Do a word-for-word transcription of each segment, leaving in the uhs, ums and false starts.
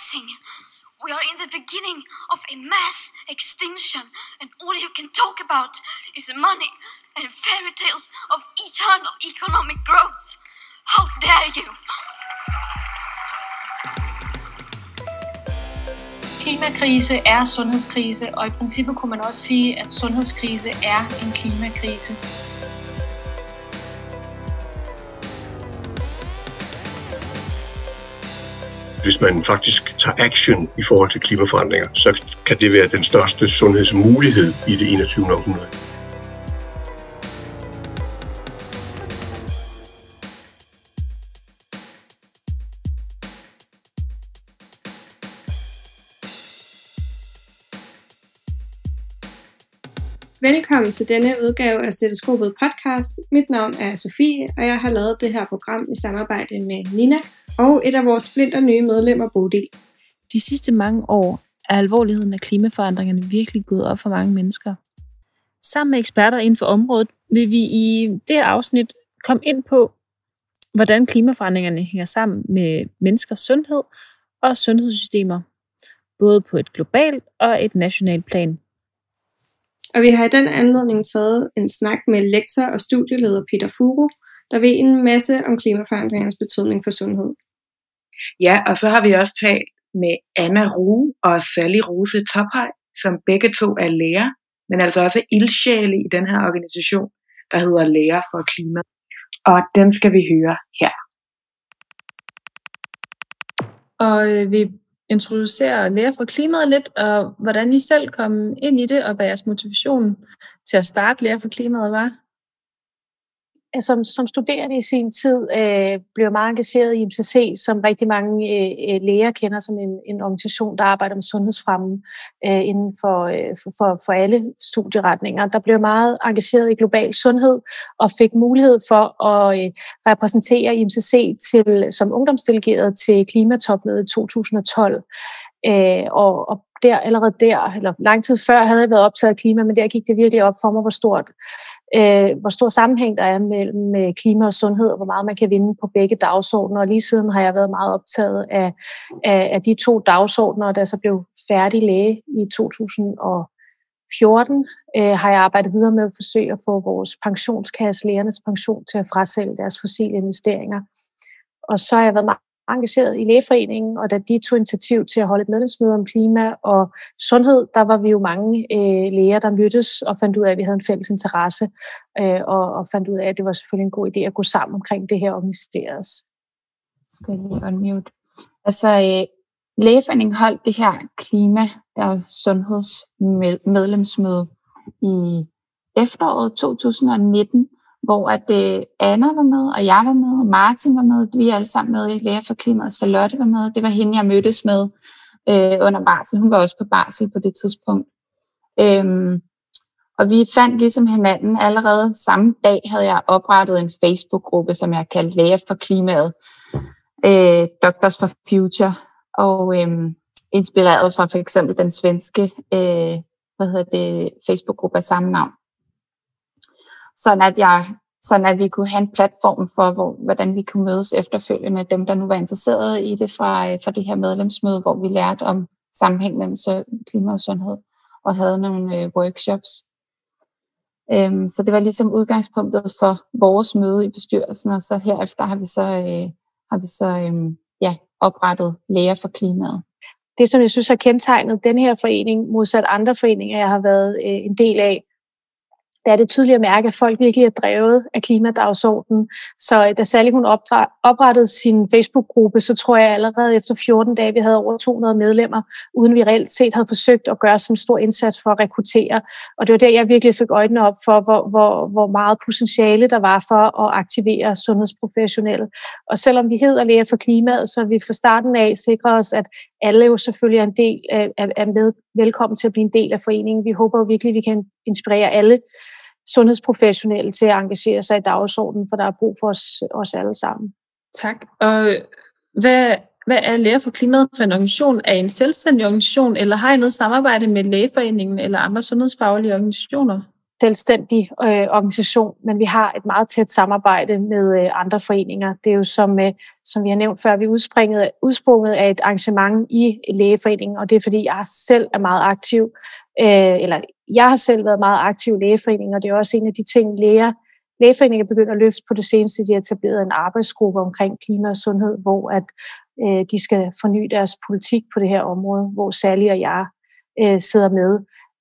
rising. We are in the beginning of a mass extinction, and all you can talk about is money and fairy tales of eternal economic growth. How dare you? Klimakrise er sundhedskrise, og i princippet kunne man også sige, at sundhedskrise er en klimakrise. Hvis man faktisk tager action i forhold til klimaforandringer, så kan det være den største sundhedsmulighed i det enogtyvende århundrede. Velkommen til denne udgave af Stetoskopet podcast. Mit navn er Sofie, og jeg har lavet det her program i samarbejde med Nina og et af vores splinter nye medlemmer, Bodil. De sidste mange år er alvorligheden af klimaforandringerne virkelig gået op for mange mennesker. Sammen med eksperter inden for området vil vi i det afsnit komme ind på, hvordan klimaforandringerne hænger sammen med menneskers sundhed og sundhedssystemer, både på et globalt og et nationalt plan. Og vi har i den anledning taget en snak med lektor og studieleder Peter Furu, der ved en masse om klimaforandringernes betydning for sundhed. Ja, og så har vi også talt med Anna Rue og Sally Rose Tophøj, som begge to er læger, men altså også ildsjæle i den her organisation, der hedder Læger for Klima. Og dem skal vi høre her. Og øh, vi introducerer Læger for Klimaet lidt, og hvordan I selv kom ind i det, og hvad jeres motivation til at starte Læger for Klimaet var. Som, som studerende i sin tid øh, blev jeg meget engageret i M C C, som rigtig mange øh, læger kender som en, en organisation, der arbejder med sundhedsfremme øh, inden for, øh, for, for alle studieretninger. Der blev jeg meget engageret i global sundhed og fik mulighed for at øh, repræsentere I M C C til, som ungdomsdelegeret til klimatopmødet i to tusind og tolv. Øh, og, og der, allerede der, eller lang tid før, havde jeg været optaget af klima, men der gik det virkelig op for mig, hvor stort Øh, hvor stor sammenhæng der er mellem klima og sundhed, og hvor meget man kan vinde på begge dagsordner. Og lige siden har jeg været meget optaget af, af, af de to dagsordner, og da jeg så blev færdig læge i to tusind og fjorten, øh, har jeg arbejdet videre med at forsøge at få vores pensionskasse, lægernes pension, til at frasælge deres fossile investeringer. Og så har jeg været meget engageret i Lægeforeningen, og da de tog initiativ til at holde et medlemsmøde om klima og sundhed, der var vi jo mange øh, læger, der mødtes og fandt ud af, at vi havde en fælles interesse, øh, og, og fandt ud af, at det var selvfølgelig en god idé at gå sammen omkring det her og organisere os. Skal jeg lige unmute. Altså, øh, Lægeforeningen holdt det her klima- og sundhedsmedlemsmøde i efteråret to tusind og nitten, hvor at øh, Anna var med, og jeg var med, og Martin var med. Vi er alle sammen med i Læger for Klimaet, og Charlotte var med. Det var hende, jeg mødtes med øh, under barsel. Hun var også på barsel på det tidspunkt. Øhm, og vi fandt ligesom hinanden. Allerede samme dag havde jeg oprettet en Facebook-gruppe, som jeg kaldte Læger for Klimaet. Øh, Doctors for Future. Og øhm, inspireret fra for eksempel den svenske øh, hvad hedder det, Facebook-gruppe af samme navn. Sådan at, jeg, sådan at vi kunne have en platform for, hvor, hvordan vi kunne mødes efterfølgende, dem der nu var interesserede i det fra, fra det her medlemsmøde, hvor vi lærte om sammenhæng mellem klima og sundhed, og havde nogle øh, workshops. Øhm, så det var ligesom udgangspunktet for vores møde i bestyrelsen, og så herefter har vi så, øh, har vi så øh, ja, oprettet Læger for Klimaet. Det, som jeg synes har kendetegnet den her forening, modsat andre foreninger, jeg har været øh, en del af, der er det tydeligt at mærke, at folk virkelig er drevet af klimadagsordenen. Så da Sally hun oprettede sin Facebook-gruppe, så tror jeg allerede efter fjorten dage, vi havde over to hundrede medlemmer, uden vi reelt set havde forsøgt at gøre sådan en stor indsats for at rekruttere. Og det var der, jeg virkelig fik øjnene op for, hvor, hvor, hvor meget potentiale der var for at aktivere sundhedsprofessionelle. Og selvom vi hedder Læger for Klimaet, så vi fra starten af sikrer os, at alle jo selvfølgelig er en del af, er med velkommen til at blive en del af foreningen. Vi håber jo virkelig, at vi kan inspirere alle sundhedsprofessionelle til at engagere sig i dagsordenen, for der er brug for os, os alle sammen. Tak. Og hvad, hvad er Læger for Klimaet for en organisation? Er I en selvstændig organisation, eller har I noget samarbejde med Lægeforeningen eller andre sundhedsfaglige organisationer? selvstændig øh, organisation, men vi har et meget tæt samarbejde med øh, andre foreninger. Det er jo som, øh, som vi har nævnt før, vi er udsprunget, udsprunget af et arrangement i Lægeforeningen, og det er fordi, jeg selv er meget aktiv, øh, eller jeg har selv været meget aktiv i Lægeforeningen, og det er også en af de ting, læger, Lægeforeningen er begyndt at løfte på det seneste. De har etableret en arbejdsgruppe omkring klima og sundhed, hvor at, øh, de skal forny deres politik på det her område, hvor Sally og jeg øh, sidder med.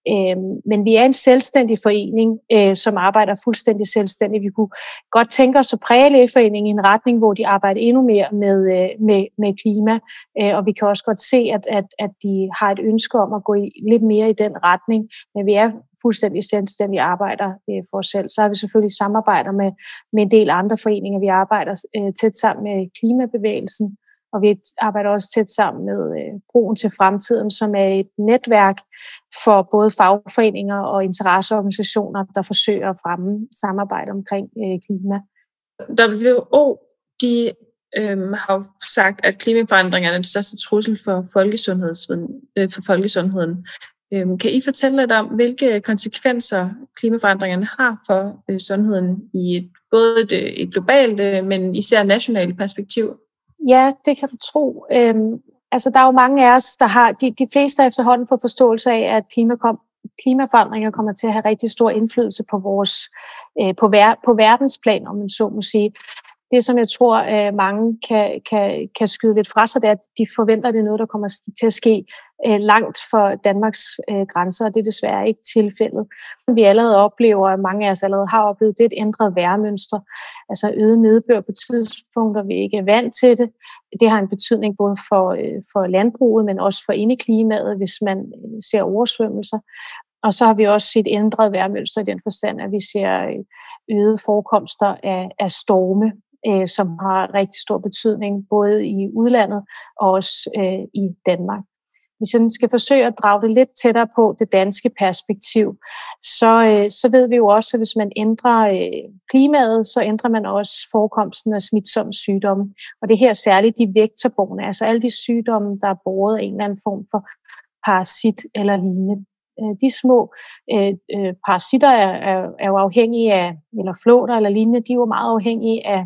Men vi er en selvstændig forening, som arbejder fuldstændig selvstændigt. Vi kunne godt tænke os at præge Lægeforeningen i en retning, hvor de arbejder endnu mere med, med, med klima, og vi kan også godt se, at, at, at de har et ønske om at gå i, lidt mere i den retning, men vi er fuldstændig selvstændige arbejder for os selv. Så har vi selvfølgelig samarbejder med, med en del andre foreninger. Vi arbejder tæt sammen med klimabevægelsen, og vi arbejder også tæt sammen med øh, Broen til Fremtiden, som er et netværk for både fagforeninger og interesseorganisationer, der forsøger at fremme samarbejde omkring øh, klima. W H O de, øh, har jo sagt, at klimaforandringer er den største trussel for, øh, for folkesundheden. Øh, kan I fortælle lidt om, hvilke konsekvenser klimaforandringerne har for øh, sundheden i et, både et, et globalt, øh, men især nationalt perspektiv? Ja, det kan du tro. Øhm, altså, der er jo mange af os, der har, de, de fleste har efterhånden fået forståelse af, at klimakom, klimaforandringer kommer til at have rigtig stor indflydelse på vores, øh, på, ver, på verdensplan, om man så må sige. Det, som jeg tror, øh, mange kan, kan, kan skyde lidt fra sig, det er, at de forventer, at det er noget, der kommer til at ske øh, langt for Danmarks øh, grænser, og det er desværre ikke tilfældet. Vi allerede oplever, og mange af os allerede har oplevet, det er et ændret vejrmønster, altså øget nedbør på tidspunkter, vi ikke er vant til det. Det har en betydning både for, øh, for landbruget, men også for indeklimaet, hvis man øh, ser oversvømmelser. Og så har vi også set ændret vejrmønster i den forstand, at vi ser øget forekomster af, af storme, øh, som har rigtig stor betydning både i udlandet og også øh, i Danmark. Hvis jeg skal forsøge at drage det lidt tættere på det danske perspektiv, så, øh, så ved vi jo også, at hvis man ændrer øh, klimaet, så ændrer man også forekomsten af smitsomme sygdomme. Og det er her særligt de vektorbårne, altså alle de sygdomme, der er båret af en eller anden form for parasit eller lignende. De små øh, øh, parasitter er, er, er jo afhængige af, eller flåter eller lignende, de er jo meget afhængige af,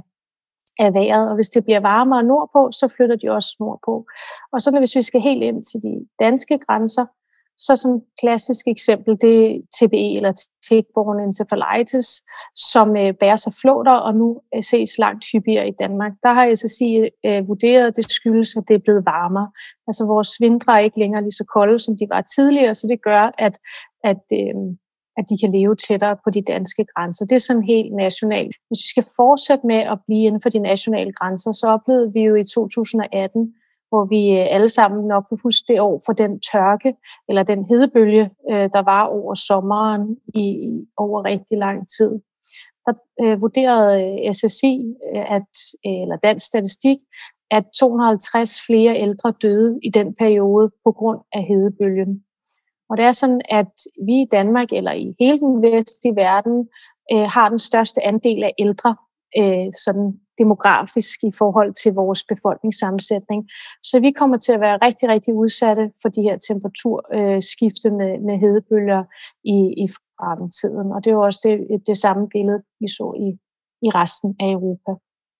af vejret, og hvis det bliver varmere nordpå, så flytter de også nordpå. Og så hvis vi skal helt ind til de danske grænser, så sådan et klassisk eksempel, det er T B E eller tick-borne encephalitis, som øh, bærer sig flåter og nu øh, ses langt hyppigere i Danmark. Der har S S I øh, vurderet, at det skyldes, at det er blevet varmere. Altså vores vintre er ikke længere lige så kolde, som de var tidligere, så det gør, at, at, øh, at de kan leve tættere på de danske grænser. Det er sådan helt nationalt. Hvis vi skal fortsætte med at blive inden for de nationale grænser, så oplevede vi jo i to tusind atten, hvor vi alle sammen nok vil huske det år for den tørke, eller den hedebølge, der var over sommeren i over rigtig lang tid. Der øh, vurderede S S I, at, eller Dansk Statistik, at to hundrede og halvtreds flere ældre døde i den periode på grund af hedebølgen. Og det er sådan, at vi i Danmark, eller i hele den vestlige verden, øh, har den største andel af ældre, øh, sådan demografisk i forhold til vores befolkningssammensætning. Så vi kommer til at være rigtig, rigtig udsatte for de her temperaturskifte med, med hedebølger i, i fremtiden. Og det er jo også det, det samme billede, vi så i, i resten af Europa.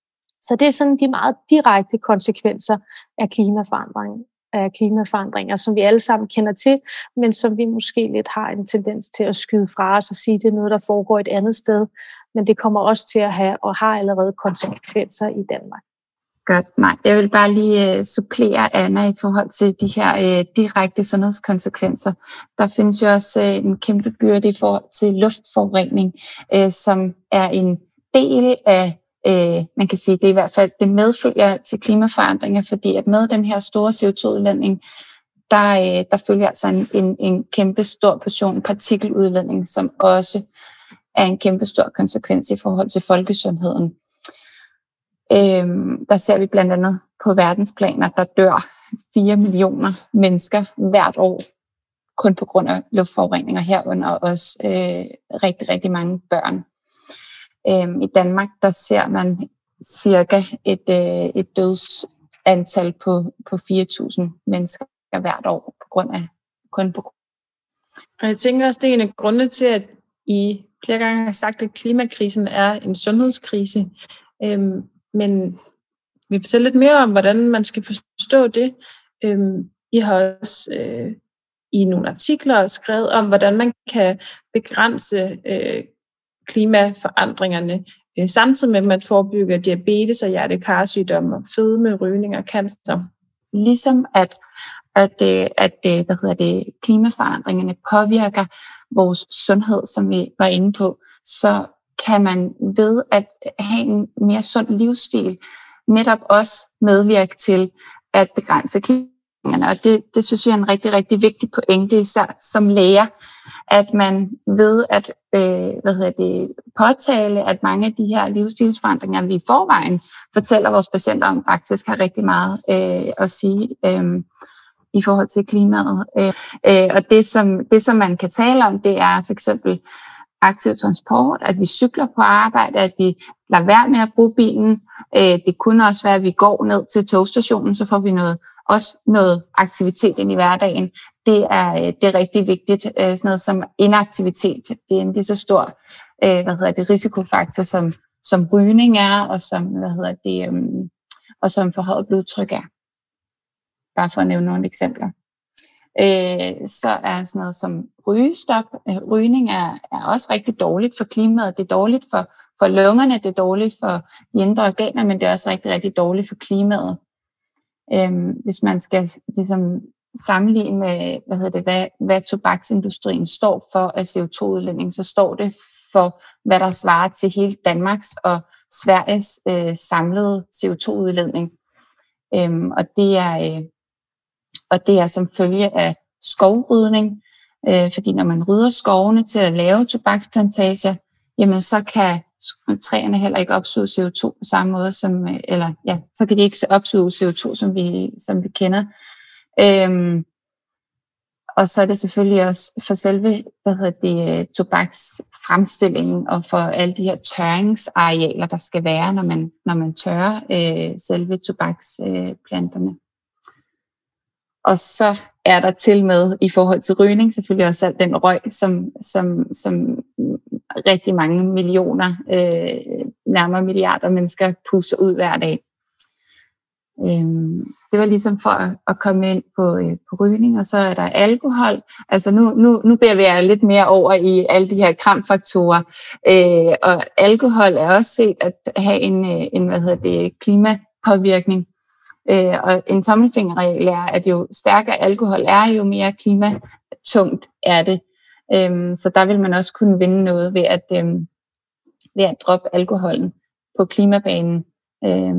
Så det er sådan de meget direkte konsekvenser af klimaforandringen. af klimaforandringer, som vi alle sammen kender til, men som vi måske lidt har en tendens til at skyde fra os og sige, at det er noget, der foregår et andet sted, men det kommer også til at have og har allerede konsekvenser i Danmark. Godt, nej. Jeg vil bare lige uh, supplere Anna i forhold til de her uh, direkte sundhedskonsekvenser. Der findes jo også uh, en kæmpe byrde i forhold til luftforurening, uh, som er en del af Øh, man kan sige, det er i hvert fald, det medfølger til klimaforandringer, fordi at med den her store C O to udledning, der, øh, der følger altså en, en, en kæmpe stor portion partikeludledning, som også er en kæmpe stor konsekvens i forhold til folkesundheden. Øh, der ser vi blandt andet på verdensplaner, der dør fire millioner mennesker hvert år, kun på grund af luftforureninger herunder, og også øh, rigtig, rigtig mange børn. Øhm, I Danmark, der ser man cirka et, øh, et dødsantal på, på fire tusind mennesker hvert år på grund af kun på. Og jeg tænker også, det er en af grundene til, at I flere gange har sagt, at klimakrisen er en sundhedskrise, øhm, men vi fortæller lidt mere om, hvordan man skal forstå det. Øhm, I har også øh, i nogle artikler skrevet om, hvordan man kan begrænse øh, klimaforandringerne, øh, samtidig med, at man forebygger diabetes og hjertekarsygdomme, fedme, rygning og cancer. Ligesom at, at, at, at hvad hedder det, klimaforandringerne påvirker vores sundhed, som vi var inde på, så kan man ved at have en mere sund livsstil netop også medvirke til at begrænse klimaforandringerne. Og det, det synes jeg er en rigtig, rigtig vigtig pointe, især som læger, at man ved at øh, hvad hedder det, påtale, at mange af de her livsstilsforandringer, vi i forvejen fortæller vores patienter om, faktisk har rigtig meget øh, at sige øh, i forhold til klimaet. Øh, øh, og det som, det, som man kan tale om, det er for eksempel aktiv transport, at vi cykler på arbejde, at vi lader være med at bruge bilen. Øh, det kunne også være, at vi går ned til togstationen, så får vi noget, også noget aktivitet ind i hverdagen. Det er, det er rigtig vigtigt. Sådan noget som inaktivitet, det er en lige så stor hvad hedder det, risikofaktor, som, som rygning er, og som, hvad hedder det, um, og som forhøjet blodtryk er. Bare for at nævne nogle eksempler. Øh, så er sådan noget som rygestop. Rygning er, er også rigtig dårligt for klimaet. Det er dårligt for, for lungerne, det er dårligt for de indre organer, men det er også rigtig, rigtig dårligt for klimaet. Øh, hvis man skal ligesom sammenligne med, hvad hedder det, hvad, hvad tobaksindustrien står for af C O to udledning, så står det for, hvad der svarer til hele Danmarks og Sveriges øh, samlede C O to udledning. Øhm, og, det er, øh, og det er som følge af skovrydning, øh, fordi når man rydder skovene til at lave tobaksplantager, jamen så kan træerne heller ikke opsuge C O to på samme måde, som, eller ja, så kan de ikke opsuge C O to, som vi, som vi kender. Øhm, og så er det selvfølgelig også for selve, hvad hedder det, tobaksfremstillingen og for alle de her tørringsarealer, der skal være, når man, når man tørrer øh, selve tobaksplanterne. Øh, og så er der til med i forhold til rygning selvfølgelig også alt den røg, som, som, som rigtig mange millioner, øh, nærmere milliarder mennesker puster ud hver dag. Øhm, så det var ligesom for at, at komme ind på, øh, på rygning, og så er der alkohol. Altså nu, nu, nu bevæger jeg lidt mere over i alle de her kramfaktorer, øh, og alkohol er også set at have en, en hvad hedder det, klimapåvirkning. Øh, og en tommelfingerregel er, at jo stærkere alkohol er, jo mere klimatungt er det. Øh, så der vil man også kunne vinde noget ved at, øh, ved at droppe alkoholen på klimabanen. Øh,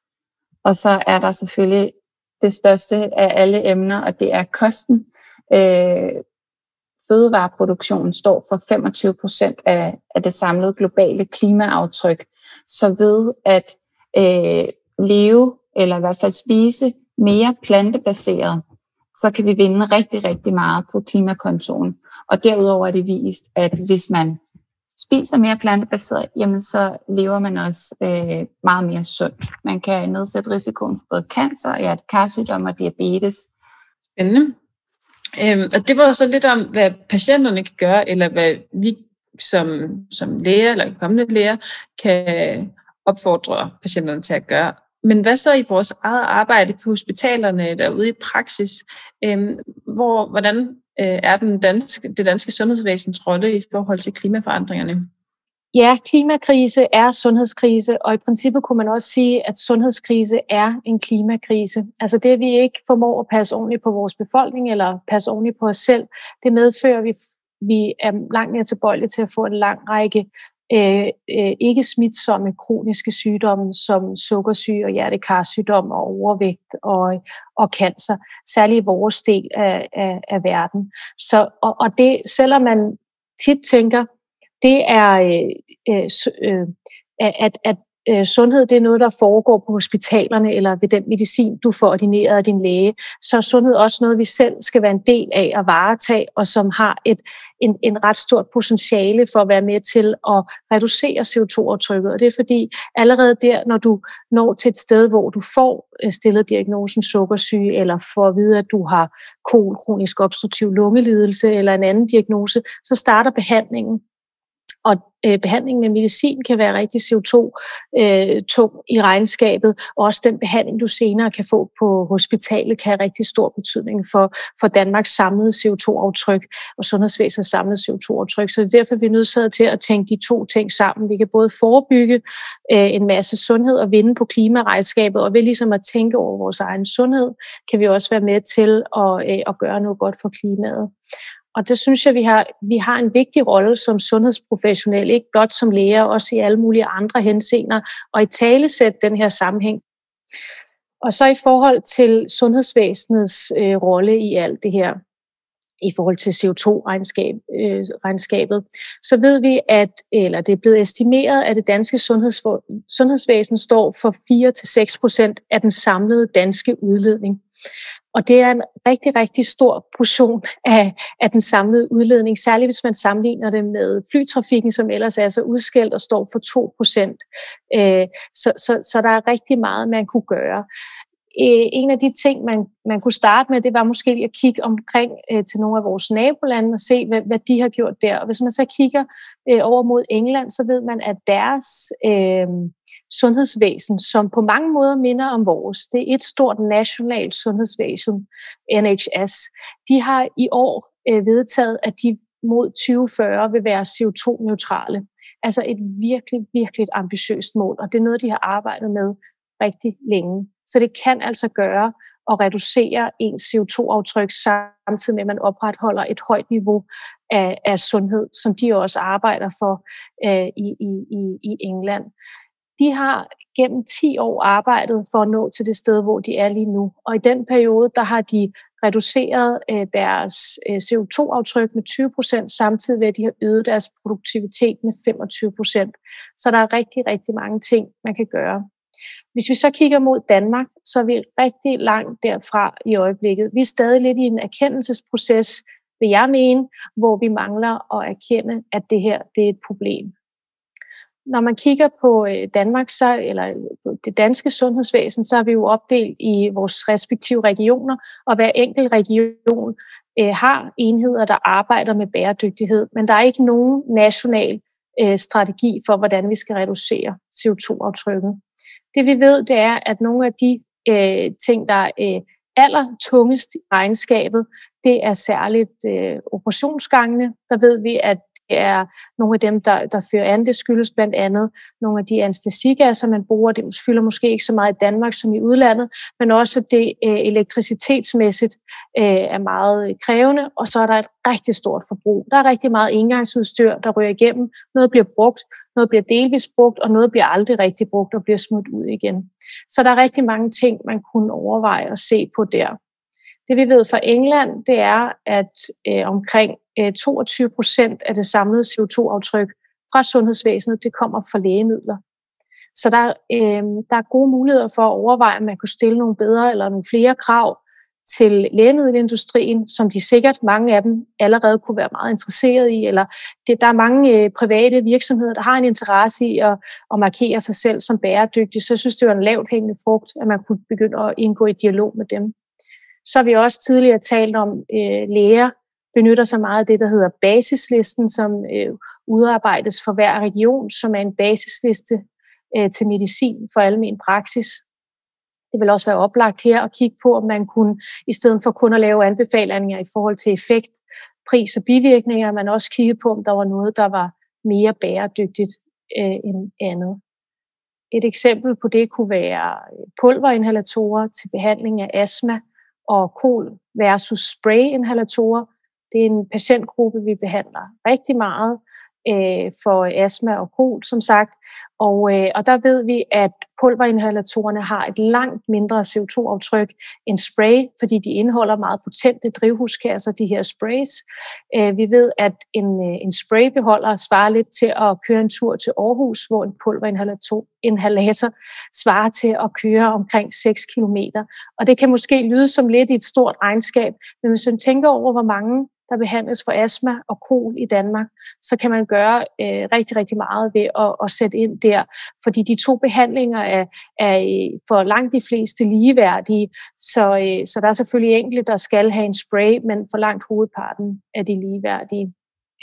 Og så er der selvfølgelig det største af alle emner, og det er kosten. Øh, fødevareproduktionen står for femogtyve procent af, af det samlede globale klimaaftryk. Så ved at øh, leve, eller i hvert fald spise mere plantebaseret, så kan vi vinde rigtig, rigtig meget på klimakontoen. Og derudover er det vist, at hvis man spiser mere plantebaseret, jamen så lever man også øh, meget mere sundt. Man kan nedsætte risikoen for både cancer, hjertekarsygdomme og diabetes. Spændende. Øhm, og det var så lidt om, hvad patienterne kan gøre, eller hvad vi som, som læger eller kommende læger kan opfordre patienterne til at gøre. Men hvad så i vores eget arbejde på hospitalerne derude i praksis? Øhm, hvor, hvordan øh, er den danske, det danske sundhedsvæsens rolle i forhold til klimaforandringerne? Ja, klimakrise er sundhedskrise, og i princippet kunne man også sige, at sundhedskrise er en klimakrise. Altså det, at vi ikke formår at passe ordentligt på vores befolkning eller passe ordentligt på os selv, det medfører, at vi, vi er langt mere tilbøjelige til at få en lang række øh, øh, ikke smitsomme kroniske sygdomme som sukkersyge og hjertekarsygdom og overvægt og, og cancer, særligt i vores del af, af, af verden. Så, og, og det, selvom man tit tænker, det er, øh, øh, at, at øh, sundhed det er noget, der foregår på hospitalerne eller ved den medicin, du får ordineret af din læge. Så er sundhed også noget, vi selv skal være en del af at varetage, og som har et, en, en ret stort potentiale for at være med til at reducere C O to aftrykket. Og det er fordi, allerede der, når du når til et sted, hvor du får stillet diagnosen sukkersyge, eller får at vide, at du har kol, kronisk obstruktiv lungelidelse eller en anden diagnose, så starter behandlingen. og øh, behandling med medicin kan være rigtig C O to-tung øh, i regnskabet. Også den behandling, du senere kan få på hospitalet, kan have rigtig stor betydning for, for Danmarks samlede C O to-aftryk og sundhedsvæsenets samlede C O to-aftryk. Så det er derfor, vi er nødt til at tænke de to ting sammen. Vi kan både forebygge øh, en masse sundhed og vinde på klimaregnskabet, og ved ligesom at tænke over vores egen sundhed, kan vi også være med til at, øh, at gøre noget godt for klimaet. Og det synes jeg, vi har, vi har en vigtig rolle som sundhedsprofessionelle, ikke blot som læger, også i alle mulige andre henseender, og i talesæt den her sammenhæng. Og så i forhold til sundhedsvæsenets øh, rolle i alt det her, i forhold til C O to-regnskabet, øh, så ved vi, at eller det er blevet estimeret, at det danske sundheds, sundhedsvæsen står for fire til seks procent af den samlede danske udledning. Og det er en rigtig, rigtig stor portion af, af den samlede udledning, særligt hvis man sammenligner det med flytrafikken, som ellers er så udskældt og står for to procent. Øh, så, så, så der er rigtig meget, man kunne gøre. En af de ting, man, man kunne starte med, det var måske at kigge omkring øh, til nogle af vores nabolande og se, hvad, hvad de har gjort der. Og hvis man så kigger øh, over mod England, så ved man, at deres øh, sundhedsvæsen, som på mange måder minder om vores, det er et stort nationalt sundhedsvæsen, N H S, de har i år øh, vedtaget, at de mod tyve fyrre vil være C O to-neutrale. Altså et virkelig, virkelig ambitiøst mål, og det er noget, de har arbejdet med rigtig længe. Så det kan altså gøre at reducere ens C O to-aftryk, samtidig med, at man opretholder et højt niveau af, af sundhed, som de også arbejder for øh, i, i, i England. De har gennem ti år arbejdet for at nå til det sted, hvor de er lige nu. Og i den periode, der har de reduceret øh, deres øh, C O to-aftryk med tyve procent, samtidig med, at de har øget deres produktivitet med femogtyve procent. Så der er rigtig, rigtig mange ting, man kan gøre. Hvis vi så kigger mod Danmark, så er vi rigtig langt derfra i øjeblikket. Vi er stadig lidt i en erkendelsesproces, vil jeg mene, hvor vi mangler at erkende, at det her det er et problem. Når man kigger på Danmark, så, eller det danske sundhedsvæsen, så er vi jo opdelt i vores respektive regioner, og hver enkelt region øh, har enheder, der arbejder med bæredygtighed, men der er ikke nogen national øh, strategi for, hvordan vi skal reducere C O to-aftrykket. Det vi ved, det er, at nogle af de øh, ting, der er øh, allertungest i regnskabet, det er særligt øh, operationsgangene. Der ved vi, at det er nogle af dem, der, der fører an. Det skyldes blandt andet nogle af de anæstesigasser, man bruger. Det fylder måske ikke så meget i Danmark som i udlandet, men også det øh, elektricitetsmæssigt øh, er meget krævende, og så er der et rigtig stort forbrug. Der er rigtig meget engangsudstyr, der ryger igennem. Noget bliver brugt, noget bliver delvist brugt, og noget bliver aldrig rigtig brugt og bliver smidt ud igen. Så der er rigtig mange ting, man kunne overveje at se på der. Det vi ved fra England, det er, at øh, omkring øh, toogtyve procent af det samlede C O to-aftryk fra sundhedsvæsenet, det kommer fra lægemidler. Så der, øh, der er gode muligheder for at overveje, om man kunne stille nogle bedre eller nogle flere krav til lægemiddelindustrien, som de sikkert, mange af dem, allerede kunne være meget interesseret i, eller det, der er mange øh, private virksomheder, der har en interesse i at, at markere sig selv som bæredygtige, så jeg synes, det var en lavt hængende frugt, at man kunne begynde at indgå i dialog med dem. Så har vi også tidligere talt om, at øh, læger benytter sig meget af det, der hedder basislisten, som øh, udarbejdes for hver region, som er en basisliste øh, til medicin for almen praksis. Det vil også være oplagt her at kigge på, om man kunne, i stedet for kun at lave anbefalinger i forhold til effekt, pris og bivirkninger, man også kigge på, om der var noget, der var mere bæredygtigt øh, end andet. Et eksempel på det kunne være pulverinhalatorer til behandling af astma og kol versus sprayinhalatorer. Det er en patientgruppe, vi behandler rigtig meget øh, for astma og kol, som sagt. Og, øh, og der ved vi, at pulverinhalatorerne har et langt mindre C O to-aftryk end spray, fordi de indeholder meget potente drivhusgasser, de her sprays. Øh, vi ved, at en, en spraybeholder svarer lidt til at køre en tur til Aarhus, hvor en pulverinhalator svarer til at køre omkring seks kilometer. Og det kan måske lyde som lidt i et stort regnskab, men hvis man tænker over, hvor mange der behandles for astma og kol i Danmark, så kan man gøre øh, rigtig, rigtig meget ved at, at sætte ind der. Fordi de to behandlinger er, er for langt de fleste ligeværdige, så, øh, så der er selvfølgelig enkelte, der skal have en spray, men for langt hovedparten er de ligeværdige.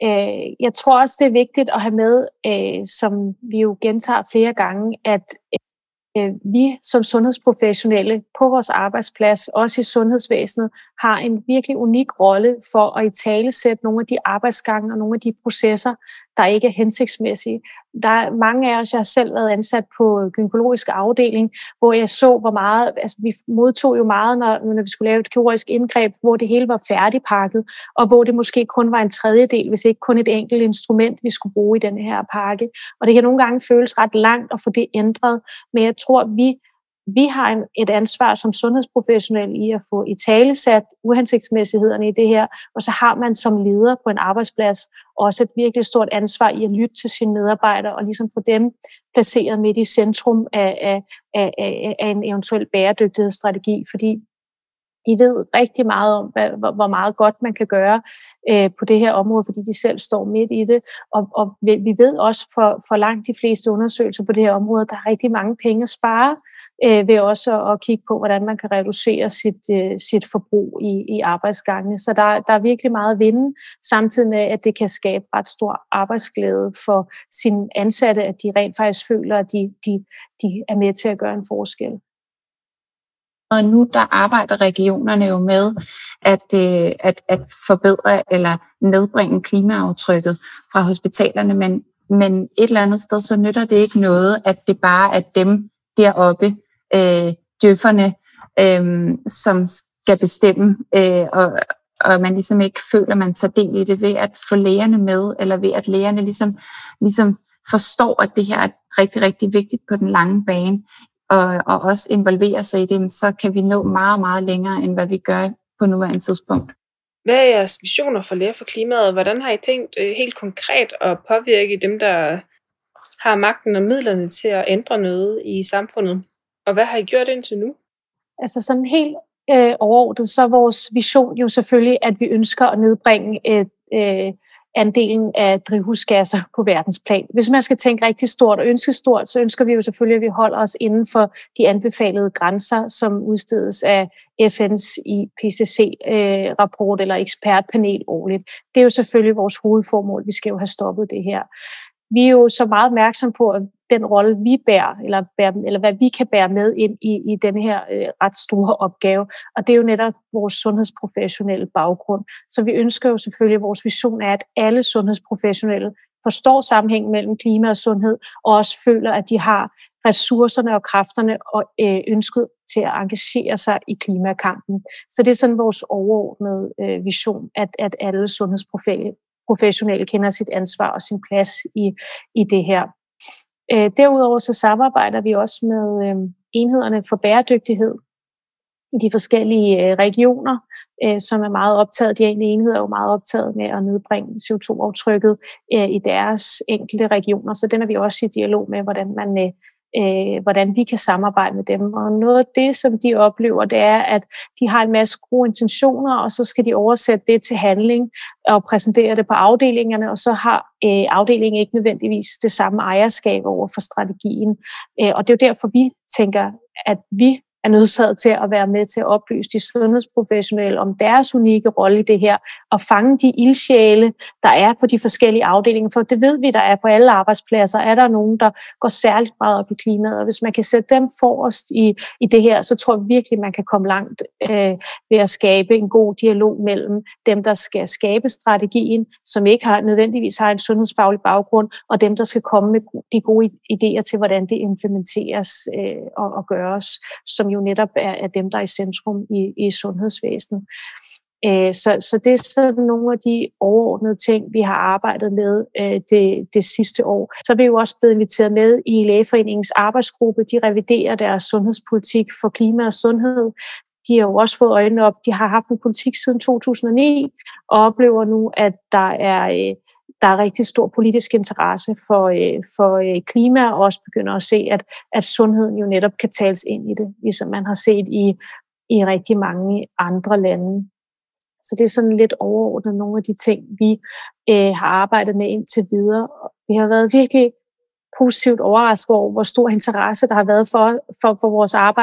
Øh, jeg tror også, det er vigtigt at have med, øh, som vi jo gentager flere gange, at øh, vi som sundhedsprofessionelle på vores arbejdsplads, også i sundhedsvæsenet, har en virkelig unik rolle for at italesætte nogle af de arbejdsgange og nogle af de processer, der ikke er hensigtsmæssige. Der er mange af os, jeg har selv været ansat på gynækologisk afdeling, hvor jeg så, hvor meget, altså vi modtog jo meget, når, når vi skulle lave et kirurgisk indgreb, hvor det hele var færdigpakket, og hvor det måske kun var en tredjedel, hvis ikke kun et enkelt instrument, vi skulle bruge i denne her pakke. Og det kan nogle gange føles ret langt at få det ændret, men jeg tror, vi Vi har en, et ansvar som sundhedsprofessionelle i at få italesat uhensigtsmæssighederne i det her, og så har man som leder på en arbejdsplads også et virkelig stort ansvar i at lytte til sine medarbejdere og ligesom få dem placeret midt i centrum af, af, af, af, af en eventuel bæredygtighedsstrategi, fordi de ved rigtig meget om, hvad, hvor meget godt man kan gøre øh, på det her område, fordi de selv står midt i det. Og, og vi ved også for, for langt de fleste undersøgelser på det her område, der er rigtig mange penge at spare øh, ved også at, at kigge på, hvordan man kan reducere sit, øh, sit forbrug i, i arbejdsgangene. Så der, der er virkelig meget at vinde, samtidig med, at det kan skabe ret stor arbejdsglæde for sine ansatte, at de rent faktisk føler, at de, de, de er med til at gøre en forskel. Og nu der arbejder regionerne jo med at, øh, at, at forbedre eller nedbringe klimaaftrykket fra hospitalerne, men, men et eller andet sted, så nytter det ikke noget, at det bare er dem deroppe, øh, djøfferne, øh, som skal bestemme, øh, og, og man ligesom ikke føler, at man tager del i det ved at få lægerne med, eller ved at lægerne ligesom, ligesom forstår, at det her er rigtig, rigtig vigtigt på den lange bane, Og, og også involvere sig i det, så kan vi nå meget, meget længere, end hvad vi gør på nuværende tidspunkt. Hvad er jeres visioner for Læger for Klimaet, og hvordan har I tænkt helt konkret at påvirke dem, der har magten og midlerne til at ændre noget i samfundet? Og hvad har I gjort indtil nu? Altså sådan helt øh, overordnet, så er vores vision jo selvfølgelig, at vi ønsker at nedbringe et øh, andelen af drivhusgasser på verdensplan. Hvis man skal tænke rigtig stort og ønske stort, så ønsker vi jo selvfølgelig, at vi holder os inden for de anbefalede grænser, som udstedes af F N's I P C C-rapport eller ekspertpanel årligt. Det er jo selvfølgelig vores hovedformål. Vi skal jo have stoppet det her. Vi er jo så meget opmærksom på, at den rolle, vi bærer, eller, bærer, eller hvad vi kan bære med ind i, i denne her øh, ret store opgave. Og det er jo netop vores sundhedsprofessionelle baggrund. Så vi ønsker jo selvfølgelig, at vores vision er, at alle sundhedsprofessionelle forstår sammenhængen mellem klima og sundhed, og også føler, at de har ressourcerne og kræfterne og øh, ønsket til at engagere sig i klimakampen. Så det er sådan vores overordnede øh, vision, at, at alle sundhedsprofessionelle professionelle kender sit ansvar og sin plads i, i det her. Øh, derudover så samarbejder vi også med øh, enhederne for bæredygtighed i de forskellige øh, regioner, øh, som er meget optaget. De enkelte enheder er jo meget optaget med at nedbringe C O to aftrykket øh, i deres enkelte regioner, så den er vi også i dialog med, hvordan man øh, Øh, hvordan vi kan samarbejde med dem. Og noget af det, som de oplever, det er, at de har en masse gode intentioner, og så skal de oversætte det til handling og præsentere det på afdelingerne, og så har øh, afdelingen ikke nødvendigvis det samme ejerskab over for strategien. Øh, og det er jo derfor, vi tænker, at vi er nødsaget til at være med til at oplyse de sundhedsprofessionelle om deres unikke rolle i det her, og fange de ildsjæle, der er på de forskellige afdelinger. For det ved vi, der er på alle arbejdspladser. Er der nogen, der går særligt meget op i klimaet? Og hvis man kan sætte dem forrest i, i det her, så tror jeg virkelig, man kan komme langt øh, ved at skabe en god dialog mellem dem, der skal skabe strategien, som ikke har nødvendigvis har en sundhedsfaglig baggrund, og dem, der skal komme med de gode idéer til, hvordan det implementeres øh, og, og gøres, som jo netop er, er dem, der er i centrum i, i sundhedsvæsenet. Øh, så, så det er sådan nogle af de overordnede ting, vi har arbejdet med øh, det, det sidste år. Så er vi jo også blevet inviteret med i Lægeforeningens arbejdsgruppe. De reviderer deres sundhedspolitik for klima og sundhed. De har jo også fået øjnene op. De har haft en politik siden to tusind og ni og oplever nu, at der er... Øh, Der er rigtig stor politisk interesse for, øh, for øh, klima, og også begynder at se, at, at sundheden jo netop kan tales ind i det, ligesom man har set i, i rigtig mange andre lande. Så det er sådan lidt overordnet nogle af de ting, vi øh, har arbejdet med indtil videre. Vi har været virkelig positivt overrasket over, hvor stor interesse der har været for, for, for vores arbejde,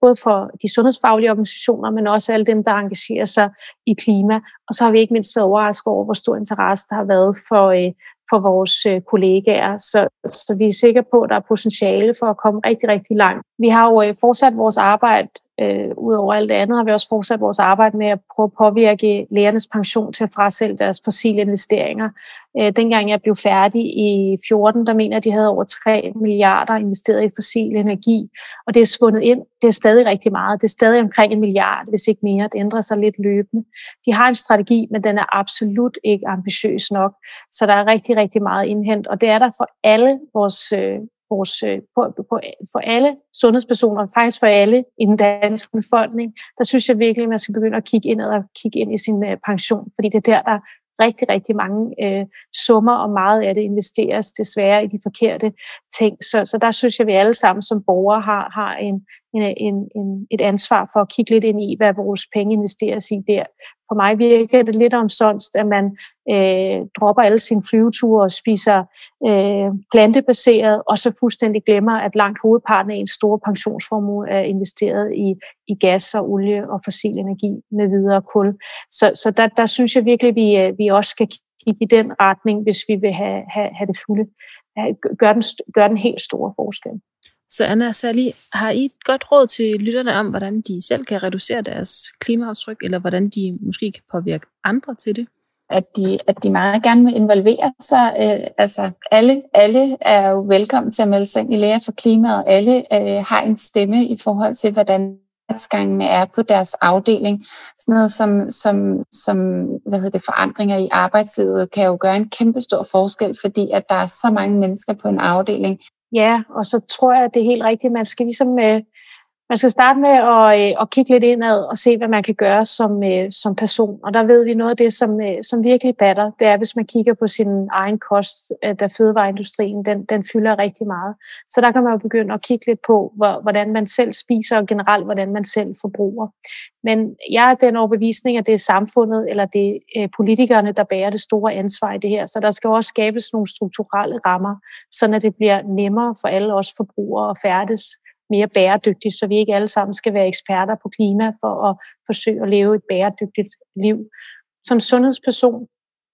både for de sundhedsfaglige organisationer, men også alle dem, der engagerer sig i klima. Og så har vi ikke mindst været overrasket over, hvor stor interesse der har været for, øh, for vores øh, kollegaer. Så, så vi er sikre på, at der er potentiale for at komme rigtig, rigtig langt. Vi har jo øh, fortsat vores arbejde, øh, ud over alt det andet, har vi også fortsat vores arbejde med at prøve at påvirke lægernes pension til at frasælge deres fossile investeringer. Øh, dengang jeg blev færdig i fjorten, der mener jeg, at de havde over tre milliarder investeret i fossil energi, og det er svundet ind. Det er stadig rigtig meget. Det er stadig omkring en milliard, hvis ikke mere. Det ændrer sig lidt løbende. De har en strategi, men den er absolut ikke ambitiøs nok, så der er rigtig, rigtig meget indhent, og det er der for alle vores, øh, vores øh, på, på, for alle sundhedspersoner, faktisk for alle i den danske befolkning. Der synes jeg virkelig, at man skal begynde at kigge ind og kigge ind i sin øh, pension, fordi det er der, der rigtig, rigtig mange øh, summer, og meget af det investeres desværre i de forkerte ting. Så, så der synes jeg, at vi alle sammen som borgere har, har en, en, en, en, et ansvar for at kigge lidt ind i, hvad vores penge investeres i der. For mig virker det lidt omsonst, at man øh, dropper alle sine flyveture og spiser øh, plantebaseret, og så fuldstændig glemmer, at langt hovedparten af ens store pensionsformue er investeret i, i gas og olie og fossil energi med videre kul. Så, så der, der synes jeg virkelig, at vi, vi også skal kigge i den retning, hvis vi vil have, have, have det fulde, have, gøre, den, gøre den helt store forskel. Så Anna og Sally, har I et godt råd til lytterne om, hvordan de selv kan reducere deres klimaaftryk, eller hvordan de måske kan påvirke andre til det? At de, at de meget gerne vil involvere sig. Øh, altså alle, alle er jo velkommen til at melde sig ind i Læger for Klimaet. Alle øh, har en stemme i forhold til, hvordan arbejdsgangene er på deres afdeling. Sådan noget som, som, som hvad hedder det, forandringer i arbejdslivet kan jo gøre en kæmpe stor forskel, fordi at der er så mange mennesker på en afdeling. Ja, og så tror jeg, at det er helt rigtigt. Man skal ligesom øh, man skal starte med at, øh, at kigge lidt indad og se, hvad man kan gøre som, øh, som person. Og der ved vi noget af det, som, øh, som virkelig batter. Det er, hvis man kigger på sin egen kost, øh, da fødevareindustrien, den, den fylder rigtig meget. Så der kan man jo begynde at kigge lidt på, hvor, hvordan man selv spiser, og generelt, hvordan man selv forbruger. Men jeg er den overbevisning, at det er samfundet, eller det er øh, politikerne, der bærer det store ansvar i det her. Så der skal også skabes nogle strukturelle rammer, så det bliver nemmere for alle os forbrugere at færdes mere bæredygtigt, så vi ikke alle sammen skal være eksperter på klima for at forsøge at leve et bæredygtigt liv. Som sundhedsperson,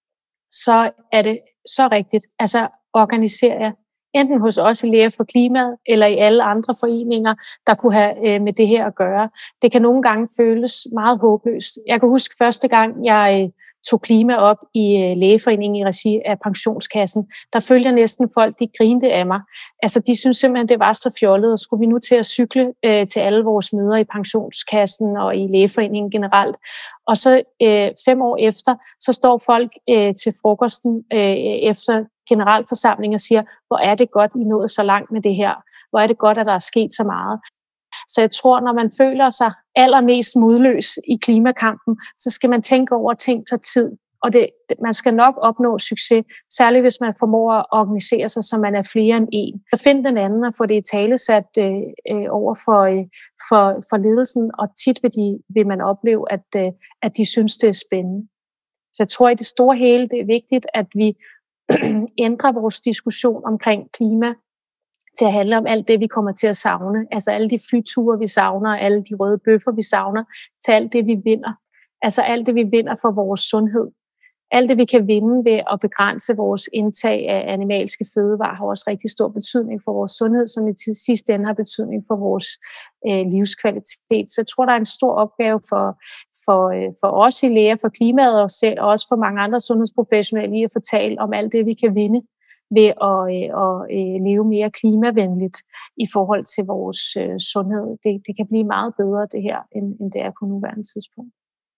så er det så rigtigt. Altså organiserer jeg enten hos os i Læger for Klimaet, eller i alle andre foreninger, der kunne have øh, med det her at gøre. Det kan nogle gange føles meget håbløst. Jeg kan huske første gang, jeg øh, tog klima op i øh, Lægeforeningen i regi af pensionskassen. Der følte næsten folk, de grinte af mig. Altså, de synes simpelthen, det var så fjollet, og skulle vi nu til at cykle øh, til alle vores møder i pensionskassen og i Lægeforeningen generelt. Og så øh, fem år efter, så står folk øh, til frokosten øh, efter generalforsamling og siger, hvor er det godt, I nået så langt med det her. Hvor er det godt, at der er sket så meget. Så jeg tror, når man føler sig allermest modløs i klimakampen, så skal man tænke over, at ting tager tid. Og det, man skal nok opnå succes, særligt hvis man formår at organisere sig, så man er flere end en. Så find den anden og få det i talesat øh, øh, over for, øh, for, for ledelsen, og tit vil, de, vil man opleve, at, øh, at de synes, det er spændende. Så jeg tror, i det store hele, det er vigtigt, at vi ændrer vores diskussion omkring klima til at handle om alt det, vi kommer til at savne. Altså alle de flyture, vi savner, alle de røde bøffer, vi savner, til alt det, vi vinder. Altså alt det, vi vinder for vores sundhed. Alt det, vi kan vinde ved at begrænse vores indtag af animalske fødevarer, har også rigtig stor betydning for vores sundhed, som i sidste ende har betydning for vores øh, livskvalitet. Så jeg tror, der er en stor opgave for, for, øh, for os i Læger for Klimaet, og, selv, og også for mange andre sundhedsprofessionelle i at fortælle om alt det, vi kan vinde ved at, øh, at øh, leve mere klimavenligt i forhold til vores øh, sundhed. Det, det kan blive meget bedre, det her, end, end det er på nuværende tidspunkt.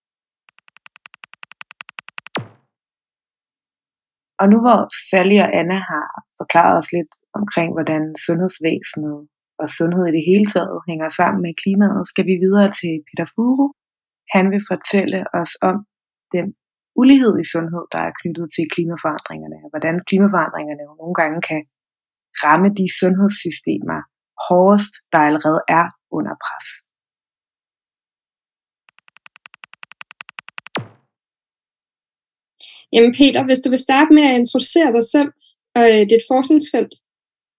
Og nu hvor Sally og Anna har forklaret os lidt omkring, hvordan sundhedsvæsenet og sundhed i det hele taget hænger sammen med klimaet, skal vi videre til Peter Furu. Han vil fortælle os om den ulighed i sundhed, der er knyttet til klimaforandringerne, og hvordan klimaforandringerne jo nogle gange kan ramme de sundhedssystemer hårdest, der allerede er under pres. Jamen Peter, hvis du vil starte med at introducere dig selv og dit forskningsfelt.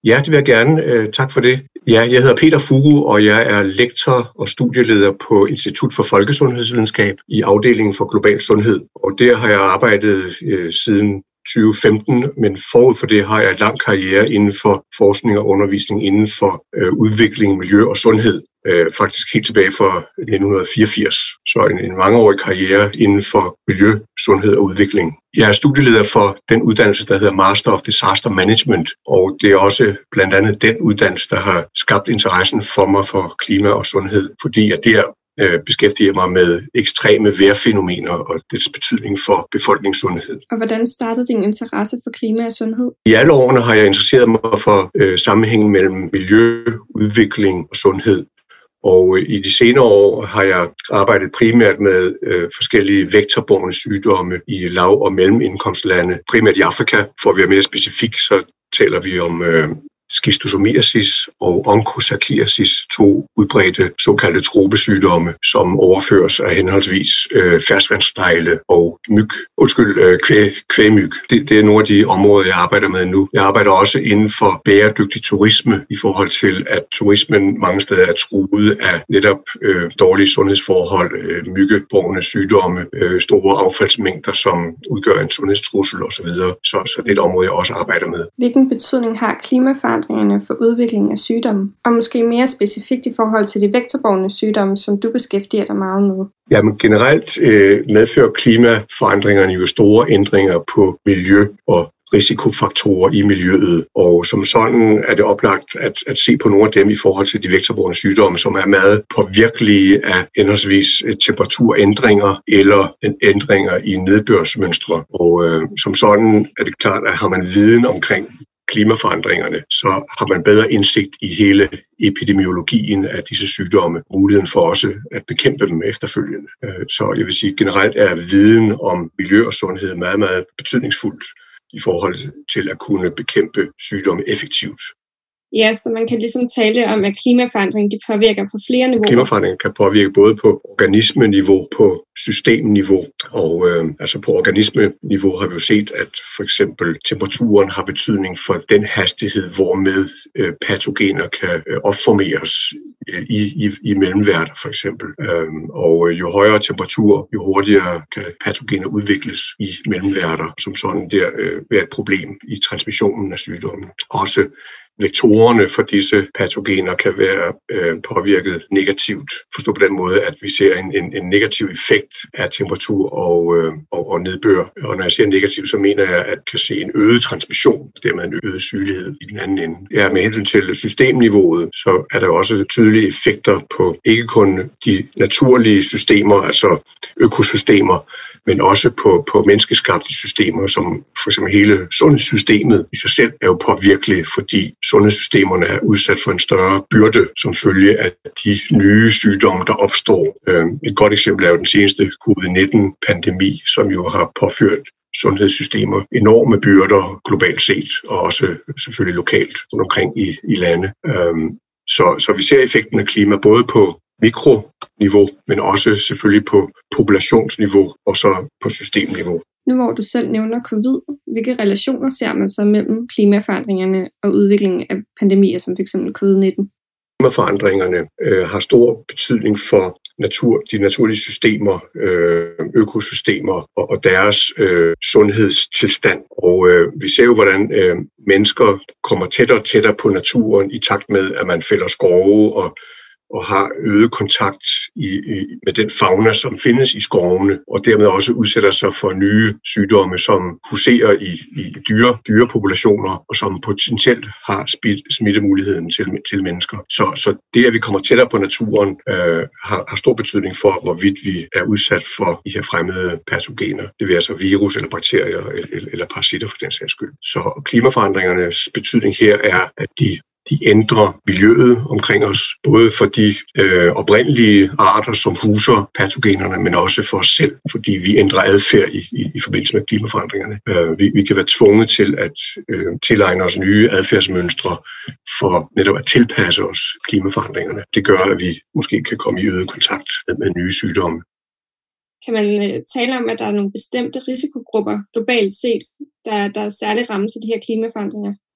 Ja, det vil jeg gerne. Tak for det. Ja, jeg hedder Peter Furu, og jeg er lektor og studieleder på Institut for Folkesundhedsvidenskab i afdelingen for global sundhed. Og der har jeg arbejdet øh, siden tyve femten, men forud for det har jeg en lang karriere inden for forskning og undervisning inden for øh, udvikling, miljø og sundhed. Øh, faktisk helt tilbage fra nitten fireogfirs. Så en, en mangeårig karriere inden for miljø, sundhed og udvikling. Jeg er studieleder for den uddannelse, der hedder Master of Disaster Management, og det er også blandt andet den uddannelse, der har skabt interessen for mig for klima og sundhed, fordi jeg der øh, beskæftiger mig med ekstreme vejrfænomener og dets betydning for befolkningssundhed. Og hvordan startede din interesse for klima og sundhed? I alle årene har jeg interesseret mig for øh, sammenhængen mellem miljø, udvikling og sundhed. Og i de senere år har jeg arbejdet primært med øh, forskellige vektorbårne sygdomme i lav- og mellemindkomstlande. Primært i Afrika, for at være mere specifik, så taler vi om øh, skistosomiasis og onchocerciasis, to udbredte såkaldte tropesygdomme, som overføres af henholdsvis øh, ferskvandssnegle og myg. Undskyld, øh, kvæg, kvægmyg. Det, det er nogle af de områder, jeg arbejder med nu. Jeg arbejder også inden for bæredygtig turisme i forhold til, at turismen mange steder er truet af netop øh, dårlige sundhedsforhold, øh, myggebårne sygdomme, øh, store affaldsmængder, som udgør en sundhedstrussel osv. Så, så det er et område, jeg også arbejder med. Hvilken betydning har klimaforandringer for udvikling af sygdomme, og måske mere specifikt i forhold til de vektorbårne sygdomme, som du beskæftiger dig meget med? Jamen generelt øh, medfører klimaforandringerne jo store ændringer på miljø og risikofaktorer i miljøet, og som sådan er det oplagt at, at se på nogle af dem i forhold til de vektorbårne sygdomme, som er meget påvirkelige af henholdsvis temperaturændringer eller ændringer i nedbørsmønstre. Og øh, som sådan er det klart, at har man viden omkring klimaforandringerne, så har man bedre indsigt i hele epidemiologien af disse sygdomme, muligheden for også at bekæmpe dem efterfølgende. Så jeg vil sige, generelt er viden om miljø og sundhed meget, meget betydningsfuldt i forhold til at kunne bekæmpe sygdomme effektivt. Ja, så man kan ligesom tale om, at klimaforandring de påvirker på flere niveauer. Klimaforandring kan påvirke både på organismeniveau, på systemniveau, og øh, altså på organismeniveau har vi jo set, at for eksempel temperaturen har betydning for den hastighed, hvormed øh, patogener kan øh, opformeres øh, i, i, i mellemværter for eksempel. Øhm, og jo højere temperatur, jo hurtigere kan patogener udvikles i mellemværter, som sådan der øh, være et problem i transmissionen af sygdommen. Også vektorerne for disse patogener kan være øh, påvirket negativt. Forstå på den måde, at vi ser en, en, en negativ effekt af temperatur og, øh, og, og nedbør. Og når jeg siger negativ, så mener jeg, at kan se en øget transmission, dermed en øget sygelighed i den anden ende. Ja, med hensyn til systemniveauet, så er der også tydelige effekter på ikke kun de naturlige systemer, altså økosystemer, men også på, på menneskeskabte systemer, som for eksempel hele sundhedssystemet i sig selv er jo påvirkelige, fordi sundhedssystemerne er udsat for en større byrde som følge af de nye sygdomme, der opstår. Et godt eksempel er jo den seneste covid nitten pandemi, som jo har påført sundhedssystemer enorme byrder globalt set, og også selvfølgelig lokalt rundt omkring i, i lande. Så, så vi ser effekten af klima både på mikroniveau, men også selvfølgelig på populationsniveau og så på systemniveau. Nu hvor du selv nævner covid, hvilke relationer ser man så mellem klimaforandringerne og udviklingen af pandemier som f.eks. covid nitten? Klimaforandringerne øh, har stor betydning for natur, de naturlige systemer, øh, økosystemer og, og deres øh, sundhedstilstand. Og øh, vi ser jo, hvordan øh, mennesker kommer tættere og tættere på naturen i takt med, at man fælder skove og og har øget kontakt i, i, med den fauna, som findes i skovene, og dermed også udsætter sig for nye sygdomme, som huserer i, i dyre, dyrepopulationer, og som potentielt har smittemuligheden til, til mennesker. Så, så det, at vi kommer tættere på naturen, øh, har, har stor betydning for, hvorvidt vi er udsat for de her fremmede patogener. Det vil altså virus eller bakterier eller, eller parasitter for den sags skyld. Så klimaforandringernes betydning her er, at de De ændrer miljøet omkring os, både for de øh, oprindelige arter, som huser patogenerne, men også for os selv, fordi vi ændrer adfærd i, i, i forbindelse med klimaforandringerne. Øh, vi, vi kan være tvunget til at øh, tilegne os nye adfærdsmønstre for netop at tilpasse os klimaforandringerne. Det gør, at vi måske kan komme i øget kontakt med nye sygdomme. Kan man øh, tale om, at der er nogle bestemte risikogrupper globalt set, der, der er særligt rammes af de her klimaforandringer?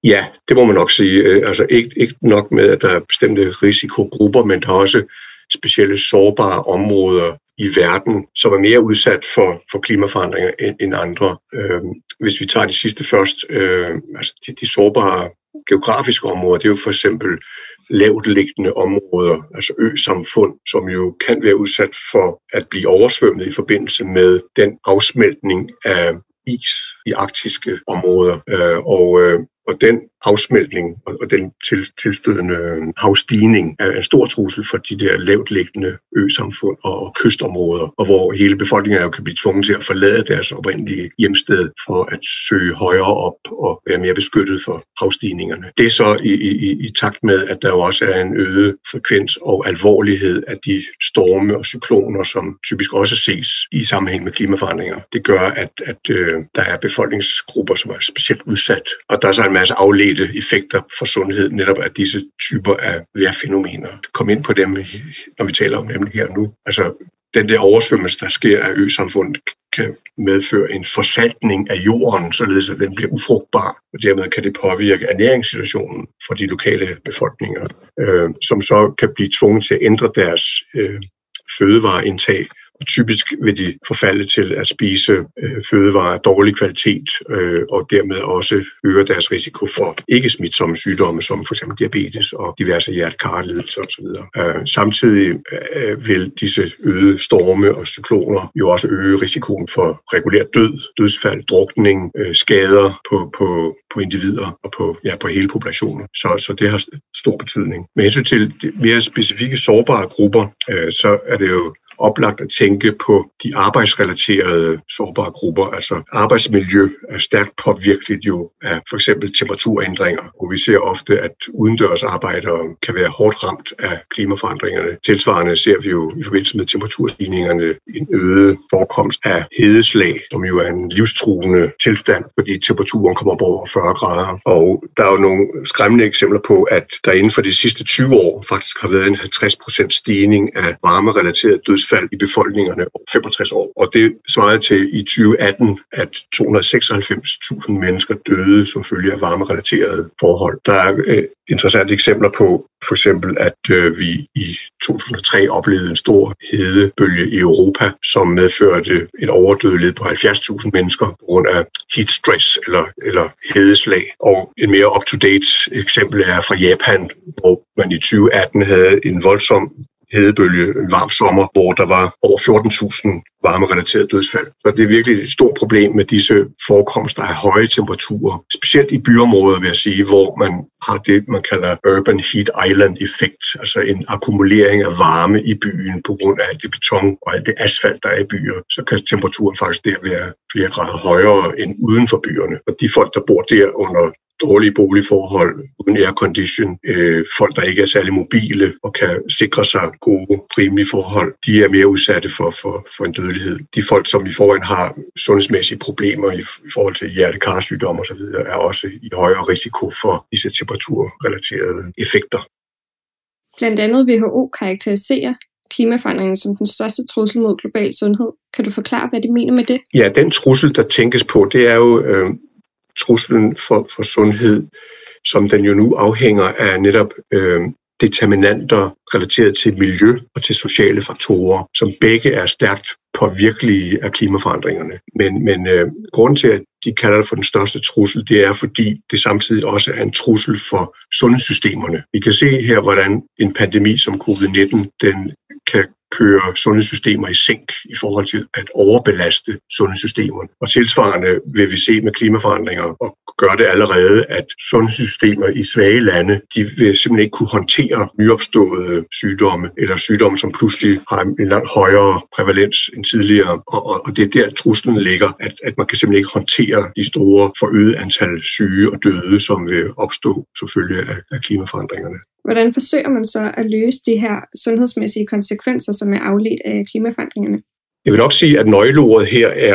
Ja, det må man nok sige. Altså ikke, ikke nok med, at der er bestemte risikogrupper, men der er også specielle sårbare områder i verden, som er mere udsat for, for klimaforandringer end, end andre. Øh, hvis vi tager de sidste først, øh, altså de, de sårbare geografiske områder, det er jo for eksempel lavtliggende områder, altså øsamfund, som jo kan være udsat for at blive oversvømmet i forbindelse med den afsmeltning af is i arktiske områder. Øh, og, øh, og den afsmeltning og, og den til, tilstødende havstigning er en stor trussel for de der lavtliggende øsamfund og, og kystområder, og hvor hele befolkningen jo kan blive tvunget til at forlade deres oprindelige hjemsted for at søge højere op og være mere beskyttet for havstigningerne. Det er så i, i, i takt med, at der jo også er en øget frekvens og alvorlighed af de storme og cykloner, som typisk også ses i sammenhæng med klimaforandringer. Det gør, at, at øh, der er befolkningsgrupper, som er specielt udsat, og der er så en masse afledte effekter for sundhed, netop af disse typer af vejrfænomener. Kom ind på dem, når vi taler om dem her nu. Altså, den der oversvømmelse, der sker af øsamfundet, kan medføre en forsaltning af jorden, således at den bliver ufrugtbar, og dermed kan det påvirke ernæringssituationen for de lokale befolkninger, øh, som så kan blive tvunget til at ændre deres øh, fødevareindtag. Og typisk vil de forfalde til at spise øh, fødevarer af dårlig kvalitet, øh, og dermed også øge deres risiko for ikke-smitsomme sygdomme, som f.eks. diabetes og diverse hjerte-kar-lidelser osv. Øh, samtidig øh, vil disse øgede storme og cykloner jo også øge risikoen for regulært død, dødsfald, drukning, øh, skader på, på, på individer og på, ja, på hele populationer. Så, så det har stor betydning. Med hensyn til de mere specifikke sårbare grupper, øh, så er det jo oplagt at tænke på de arbejdsrelaterede sårbare grupper. Altså arbejdsmiljø er stærkt påvirkeligt jo af for eksempel temperaturændringer, og vi ser ofte, at udendørsarbejdere kan være hårdt ramt af klimaforandringerne. Tilsvarende ser vi jo i forbindelse med temperaturstigningerne en øget forekomst af hedeslag, som jo er en livstruende tilstand, fordi temperaturen kommer op over fyrre grader. Og der er jo nogle skræmmende eksempler på, at der inden for de sidste tyve år faktisk har været en halvtreds procent stigning af varmerelateret dødsfald i befolkningerne over femogtres år. Og det svarede til i tyve atten, at to hundrede og seksoghalvfems tusind mennesker døde som følge af varmerelaterede forhold. Der er øh, interessante eksempler på, for eksempel, at øh, vi i to tusind og tre oplevede en stor hedebølge i Europa, som medførte en overdødelighed på halvfjerds tusind mennesker på grund af heat stress eller, eller hedeslag. Og et mere up-to-date eksempel er fra Japan, hvor man i tyve atten havde en voldsom hedebølge, en varm sommer, hvor der var over fjorten tusind varmerelaterede dødsfald. Så det er virkelig et stort problem med disse forekomster af høje temperaturer, specielt i byområder, vil jeg sige, hvor man har det, man kalder urban heat island effekt, altså en akkumulering af varme i byen på grund af alt det beton og alt det asfalt, der er i byer. Så kan temperaturen faktisk der være flere grader højere end uden for byerne. Og de folk, der bor der under dårlige boligforhold, uden aircondition, øh, folk, der ikke er særlig mobile og kan sikre sig gode, rimelige forhold, de er mere udsatte for, for, for en dødelighed. De folk, som i forvejen har sundhedsmæssige problemer i, i forhold til hjerte-kar-sygdomme osv., er også i højere risiko for disse temperaturrelaterede effekter. Blandt andet W H O karakteriserer klimaforandringen som den største trussel mod global sundhed. Kan du forklare, hvad de mener med det? Ja, den trussel, der tænkes på, det er jo øh, truslen for, for sundhed, som den jo nu afhænger af netop øh, determinanter relateret til miljø og til sociale faktorer, som begge er stærkt påvirkelige af klimaforandringerne. Men, men øh, grunden til, at de kalder det for den største trussel, det er, fordi det samtidig også er en trussel for sundhedssystemerne. Vi kan se her, hvordan en pandemi som covid nitten, den kan køre sundhedssystemer i sænk i forhold til at overbelaste sundhedssystemerne. Og tilsvarende vil vi se med klimaforandringer og gøre det allerede, at sundhedssystemer i svage lande, de vil simpelthen ikke kunne håndtere nyopståede sygdomme eller sygdomme, som pludselig har en langt højere prævalens end tidligere. Og, og det er der, truslen ligger, at, at man kan simpelthen ikke håndtere de store forøgede antal syge og døde, som vil opstå som følge af, af klimaforandringerne. Hvordan forsøger man så at løse de her sundhedsmæssige konsekvenser, som er afledt af klimaforandringerne? Jeg vil nok sige, at nøgleordet her er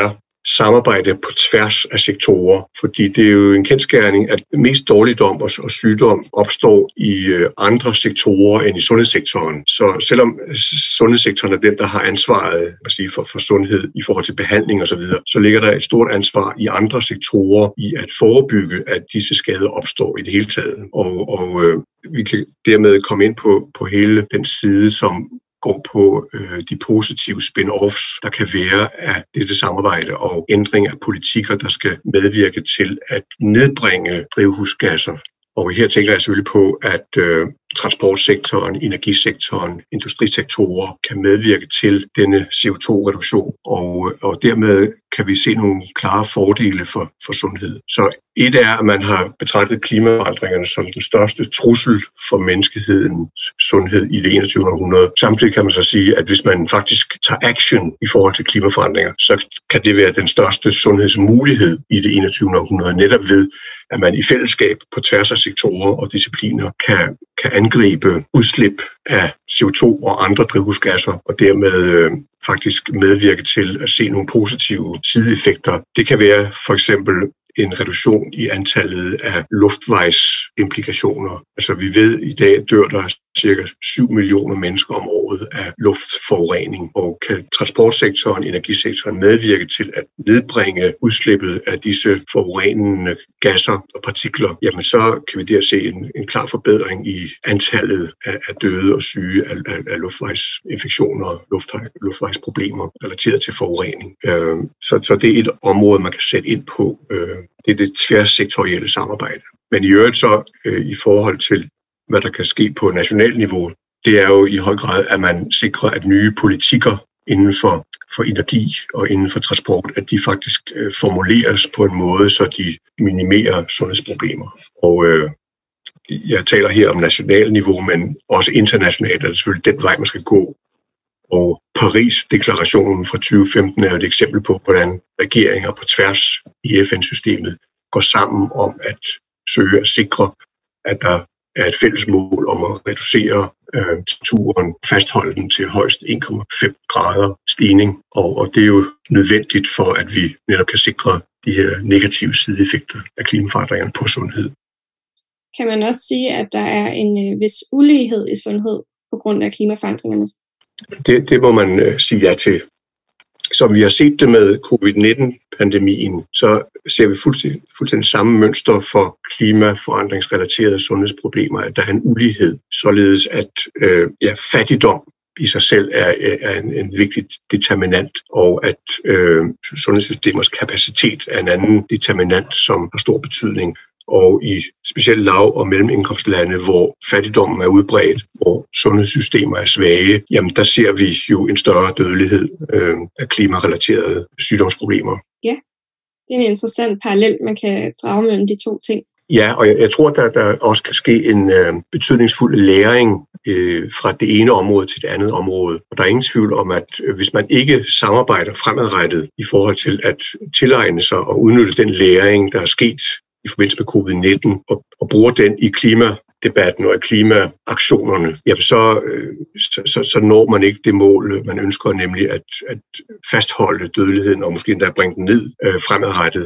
samarbejde på tværs af sektorer, fordi det er jo en kendsgerning, at mest dårligdom og, og sygdom opstår i øh, andre sektorer end i sundhedssektoren. Så selvom sundhedssektoren er den, der har ansvaret at sige, for, for sundhed i forhold til behandling osv., så, så ligger der et stort ansvar i andre sektorer i at forebygge, at disse skader opstår i det hele taget. Og, og øh, vi kan dermed komme ind på, på hele den side, som går på øh, de positive spin-offs, der kan være af dette samarbejde og ændring af politikker, der skal medvirke til at nedbringe drivhusgasser. Og her tænker jeg selvfølgelig på, at øh, transportsektoren, energisektoren, industrisektorer kan medvirke til denne C O to reduktion, og, og dermed kan vi se nogle klare fordele for, for sundhed. Så et er, at man har betragtet klimaforandringerne som den største trussel for menneskehedens sundhed i det enogtyvende århundrede. Samtidig kan man så sige, at hvis man faktisk tager action i forhold til klimaforandringer, så kan det være den største sundhedsmulighed i det enogtyvende århundrede, netop ved, at man i fællesskab på tværs af sektorer og discipliner kan, kan angribe udslip af C O to og andre drivhusgasser, og dermed øh, faktisk medvirke til at se nogle positive sideeffekter. Det kan være for eksempel en reduktion i antallet af luftvejsimplikationer. Altså vi ved, at i dag dør der cirka syv millioner mennesker om året af luftforurening, og kan transportsektoren, energisektoren medvirke til at nedbringe udslippet af disse forurenende gasser og partikler, jamen så kan vi der se en, en klar forbedring i antallet af, af døde og syge af, af, af luftvejsinfektioner, luft, luftvejsproblemer relateret til forurening. Øh, så, så det er et område, man kan sætte ind på. Øh, det er det tværsektorielle samarbejde. Men i øvrigt så øh, i forhold til hvad der kan ske på nationalt niveau, det er jo i høj grad, at man sikrer, at nye politikker inden for, for energi og inden for transport, at de faktisk øh, formuleres på en måde, så de minimerer sundhedsproblemer. Og øh, jeg taler her om nationalt niveau, men også internationalt er det selvfølgelig den vej, man skal gå. Og Paris-deklarationen fra tyve femten er jo et eksempel på, hvordan regeringer på tværs i F N-systemet går sammen om at søge at sikre, at der er et fælles mål om at reducere øh, temperaturen, fastholde den til højst en komma fem grader stigning. Og, og det er jo nødvendigt for, at vi netop kan sikre de her negative sideeffekter af klimaforandringerne på sundhed. Kan man også sige, at der er en øh, vis ulighed i sundhed på grund af klimaforandringerne? Det, det må man øh, sige ja til. Som vi har set det med covid nitten-pandemien, så ser vi fuldstændig, fuldstændig samme mønster for klimaforandringsrelaterede sundhedsproblemer, at der er en ulighed, således at øh, ja, fattigdom i sig selv er, er en, en vigtig determinant, og at øh, sundhedssystemers kapacitet er en anden determinant, som har stor betydning. Og i specielt lav- og mellemindkomstlande, hvor fattigdommen er udbredt, hvor sundhedssystemer er svage, jamen der ser vi jo en større dødelighed øh, af klimarelaterede sygdomsproblemer. Ja, det er en interessant parallel, man kan drage mellem de to ting. Ja, og jeg, jeg tror, der, der også kan ske en øh, betydningsfuld læring øh, fra det ene område til det andet område. Og der er ingen tvivl om, at øh, hvis man ikke samarbejder fremadrettet i forhold til at tilegne sig og udnytte den læring, der er sket i forbindelse med covid nitten, og, og bruger den i klimadebatten og i klimaaktionerne, jamen så, så, så, så når man ikke det mål, man ønsker, nemlig at, at fastholde dødeligheden og måske endda bringe den ned øh, fremadrettet.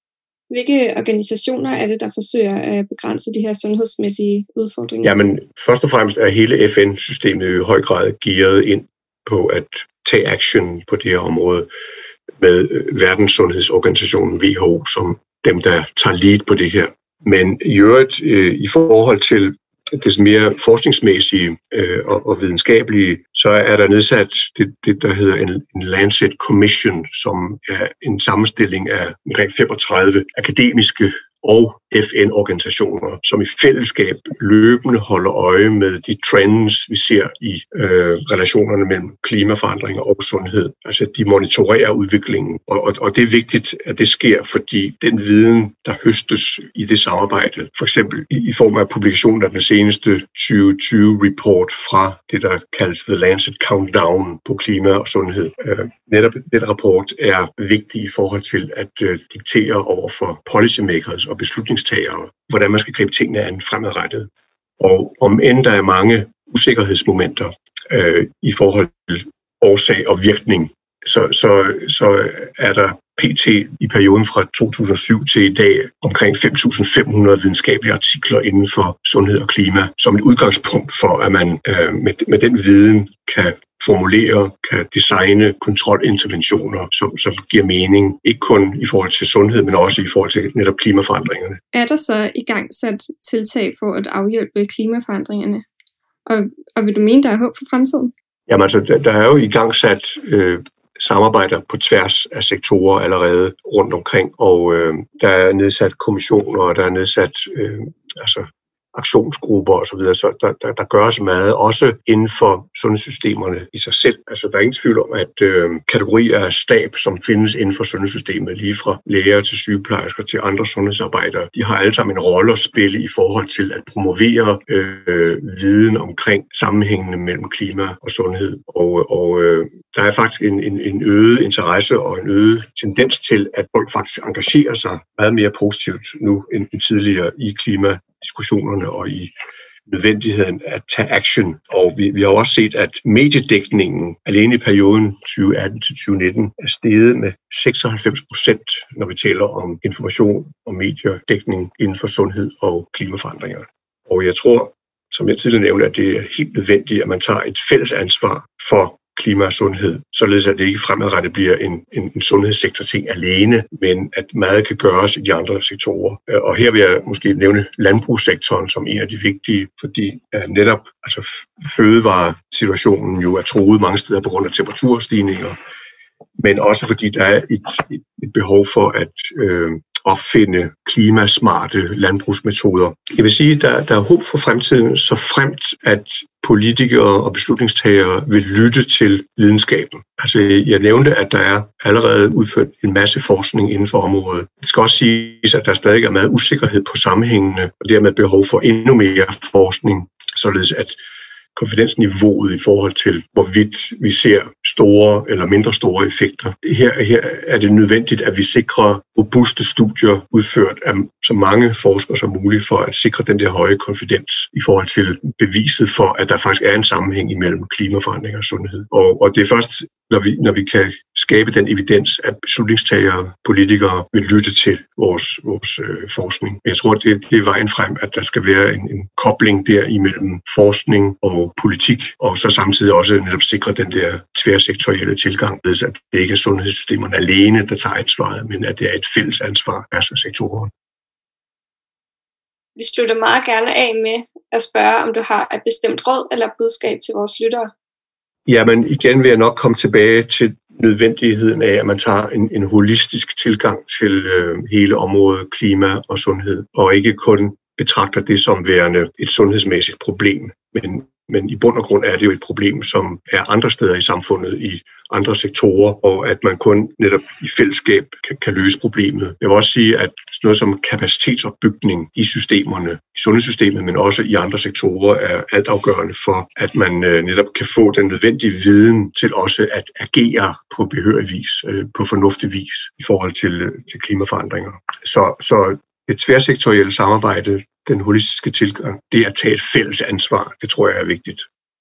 Hvilke organisationer er det, der forsøger at begrænse de her sundhedsmæssige udfordringer? Jamen, først og fremmest er hele F N-systemet i høj grad gearet ind på at tage action på det her område med Verdenssundhedsorganisationen W H O som dem, der tager lead på det her. Men i øvrigt, øh, i forhold til det mere forskningsmæssige øh, og, og videnskabelige, så er der nedsat det, det der hedder en, en Lancet Commission, som er en sammenstilling af omkring femogtredive akademiske og F N-organisationer, som i fællesskab løbende holder øje med de trends, vi ser i øh, relationerne mellem klimaforandringer og sundhed. Altså, de monitorerer udviklingen, og, og, og det er vigtigt, at det sker, fordi den viden, der høstes i det samarbejde, for eksempel i, i form af publikationen af den seneste tyve tyve-report fra det, der kaldes The Lancet Countdown på klima og sundhed. Øh, netop den rapport er vigtig i forhold til at øh, diktere over for policymakers og beslutningstagere, hvordan man skal gribe tingene an fremadrettet. Og om end der er mange usikkerhedsmomenter øh, i forhold til årsag og virkning, så, så, så er der P T i perioden fra to tusind og syv til i dag omkring fem tusind fem hundrede videnskabelige artikler inden for sundhed og klima, som et udgangspunkt for, at man øh, med, med den viden kan formulere, kan designe kontrolinterventioner, som, som giver mening, ikke kun i forhold til sundhed, men også i forhold til netop klimaforandringerne. Er der så i gang sat tiltag for at afhjælpe klimaforandringerne? Og, og vil du mene, der er håb for fremtiden? Jamen altså, der, der er jo i gang sat øh, samarbejder på tværs af sektorer allerede rundt omkring, og øh, der er nedsat kommissioner, og der er nedsat øh, altså aktionsgrupper osv., så, så der, der, der gøres meget, også inden for sundhedssystemerne i sig selv. Altså, der er ingen tvivl om, at øh, kategorier af stab, som findes inden for sundhedssystemet, lige fra læger til sygeplejersker til andre sundhedsarbejdere, de har alle sammen en rolle at spille i forhold til at promovere øh, viden omkring sammenhængene mellem klima og sundhed. Og, og øh, der er faktisk en, en, en øget interesse og en øget tendens til, at folk faktisk engagerer sig meget mere positivt nu end, end tidligere i klima diskussionerne og i nødvendigheden at tage action. Og vi, vi har også set, at mediedækningen alene i perioden tyve atten til tyve nitten er steget med seksoghalvfems procent, når vi taler om information og mediedækning inden for sundhed og klimaforandringer. Og jeg tror, som jeg tidligere nævnte, at det er helt nødvendigt, at man tager et fælles ansvar for klima og sundhed, således at det ikke fremadrettet bliver en, en, en sundhedssektor ting alene, men at meget kan gøres i de andre sektorer. Og her vil jeg måske nævne landbrugssektoren som en af de vigtige, fordi uh, netop altså, fødevaresituationen jo er truet mange steder på grund af temperaturstigninger, men også fordi der er et, et, et behov for at øh, opfinde klimasmarte landbrugsmetoder. Jeg vil sige, at der, der er håb for fremtiden, så fremt at politikere og beslutningstagere vil lytte til videnskaben. Altså, jeg nævnte, at der er allerede udført en masse forskning inden for området. Det skal også siges, at der stadig er meget usikkerhed på sammenhængene, og dermed behov for endnu mere forskning, således at konfidensniveauet i forhold til, hvorvidt vi ser store eller mindre store effekter. Her, her er det nødvendigt, at vi sikrer robuste studier udført af så mange forskere som muligt for at sikre den der høje konfidens i forhold til beviset for, at der faktisk er en sammenhæng imellem klimaforandring og sundhed. Og, og det er først, når vi, når vi kan skabe den evidens, at beslutningstagere, politikere vil lytte til vores, vores øh, forskning. Jeg tror, det, det er vejen frem, at der skal være en, en kobling der imellem forskning og politik, og så samtidig også netop sikre den der tværsektorielle tilgang, at det ikke er sundhedssystemerne alene, der tager ansvaret, men at det er et fælles ansvar af sektoren. Vi slutter meget gerne af med at spørge, om du har et bestemt råd eller budskab til vores lyttere. Jamen igen vil jeg nok komme tilbage til nødvendigheden af, at man tager en, en holistisk tilgang til øh, hele området klima og sundhed, og ikke kun betragter det som værende et sundhedsmæssigt problem, men Men i bund og grund er det jo et problem, som er andre steder i samfundet, i andre sektorer, og at man kun netop i fællesskab kan, kan løse problemet. Jeg vil også sige, at noget som kapacitetsopbygning i systemerne, i sundhedssystemet, men også i andre sektorer, er altafgørende for, at man netop kan få den nødvendige viden til også at agere på behørig vis, på fornuftig vis i forhold til, til klimaforandringer. Så, så det tværsektorielle samarbejde, den holistiske tilgang, det at tage et fælles ansvar, det tror jeg er vigtigt.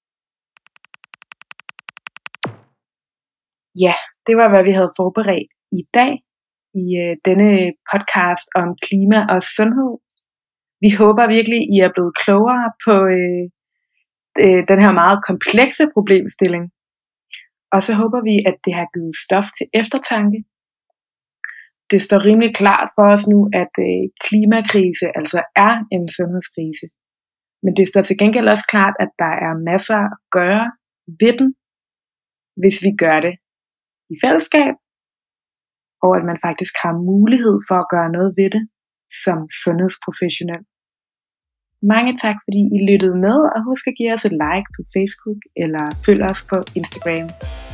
Ja, det var, hvad vi havde forberedt i dag i øh, denne podcast om klima og sundhed. Vi håber virkelig, I er blevet klogere på øh, øh, den her meget komplekse problemstilling. Og så håber vi, at det har givet stof til eftertanke. Det står rimelig klart for os nu, at øh, klimakrise altså er en sundhedskrise. Men det står til gengæld også klart, at der er masser at gøre ved den, hvis vi gør det i fællesskab, og at man faktisk har mulighed for at gøre noget ved det som sundhedsprofessionel. Mange tak, fordi I lyttede med, og husk at give os et like på Facebook eller følg os på Instagram.